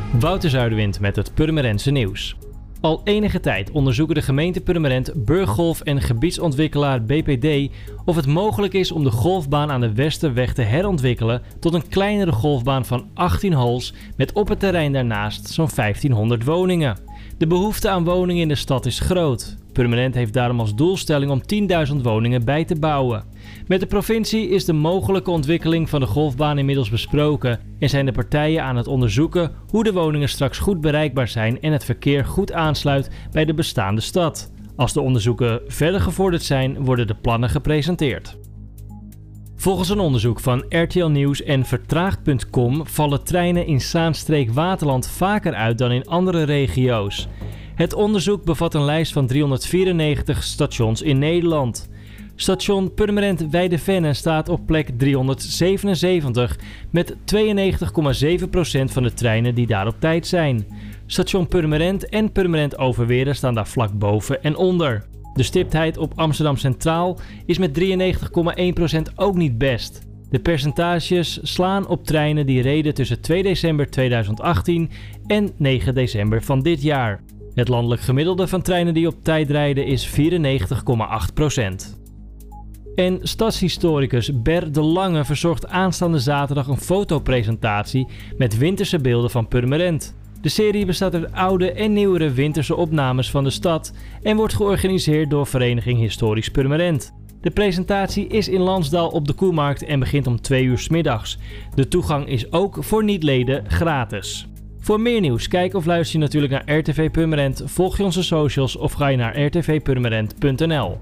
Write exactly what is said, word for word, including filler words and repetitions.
Wouter Zuiderwind met het Purmerendse nieuws. Al enige tijd onderzoeken de gemeente Purmerend, Burggolf en gebiedsontwikkelaar B P D of het mogelijk is om de golfbaan aan de Westerweg te herontwikkelen tot een kleinere golfbaan van achttien holes met op het terrein daarnaast zo'n vijftienhonderd woningen. De behoefte aan woningen in de stad is groot. Purmerend heeft daarom als doelstelling om tienduizend woningen bij te bouwen. Met de provincie is de mogelijke ontwikkeling van de golfbaan inmiddels besproken en zijn de partijen aan het onderzoeken hoe de woningen straks goed bereikbaar zijn en het verkeer goed aansluit bij de bestaande stad. Als de onderzoeken verder gevorderd zijn, worden de plannen gepresenteerd. Volgens een onderzoek van R T L Nieuws en Vertraagd punt com vallen treinen in Zaanstreek-Waterland vaker uit dan in andere regio's. Het onderzoek bevat een lijst van driehonderdvierennegentig stations in Nederland. Station Purmerend Weidevenne staat op plek driehonderdzevenenzeventig met tweeënnegentig komma zeven procent van de treinen die daar op tijd zijn. Station Purmerend en Purmerend Overweerde staan daar vlak boven en onder. De stiptheid op Amsterdam Centraal is met drieënnegentig komma één procent ook niet best. De percentages slaan op treinen die reden tussen twee december tweeduizend achttien en negen december van dit jaar. Het landelijk gemiddelde van treinen die op tijd rijden is vierennegentig komma acht procent. En stadshistoricus Ber de Lange verzorgt aanstaande zaterdag een fotopresentatie met winterse beelden van Purmerend. De serie bestaat uit oude en nieuwere winterse opnames van de stad en wordt georganiseerd door Vereniging Historisch Purmerend. De presentatie is in Lansdal op de Koemarkt en begint om twee uur 's middags. De toegang is ook voor niet-leden gratis. Voor meer nieuws, kijk of luister je natuurlijk naar R T V Purmerend, volg je onze socials of ga je naar r t v purmerend punt n l.